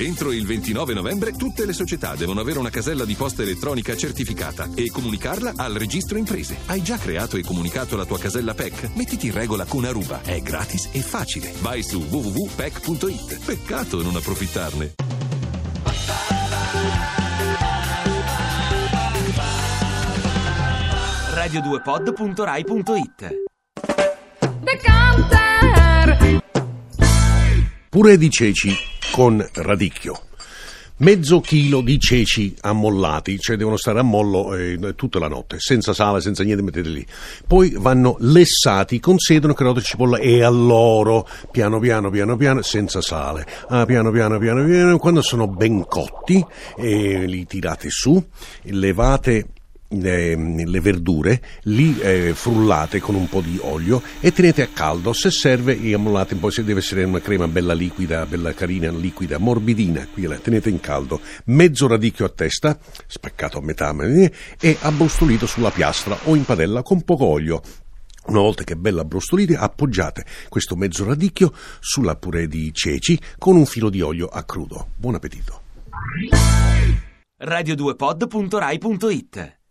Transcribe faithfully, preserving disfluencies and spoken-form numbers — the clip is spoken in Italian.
Entro il ventinove novembre tutte le società devono avere una casella di posta elettronica certificata e comunicarla al registro imprese. Hai già creato e comunicato la tua casella P E C? Mettiti in regola con Aruba. È gratis e facile. Vai su w w w punto p e c punto i t. Peccato non approfittarne. radio due pod punto rai punto it. The Counter. Purè di ceci con radicchio. Mezzo chilo di ceci ammollati, cioè devono stare a mollo eh, tutta la notte, senza sale, senza niente, mettete lì. Poi vanno lessati con sedano, carota e cipolla e alloro, piano piano piano piano, senza sale. Ah, piano piano piano piano, quando sono ben cotti, eh, li tirate su, levate Le, le verdure, li eh, frullate con un po' di olio e tenete a caldo. Se serve, e ammollate un po', se deve essere una crema bella liquida, bella carina, liquida, morbidina, qui la tenete in caldo. Mezzo radicchio a testa, spaccato a metà e abbrustolito sulla piastra o in padella con poco olio. Una volta che è bella abbrustolita, appoggiate questo mezzo radicchio sulla purè di ceci con un filo di olio a crudo. Buon appetito. radio due pod punto rai punto it.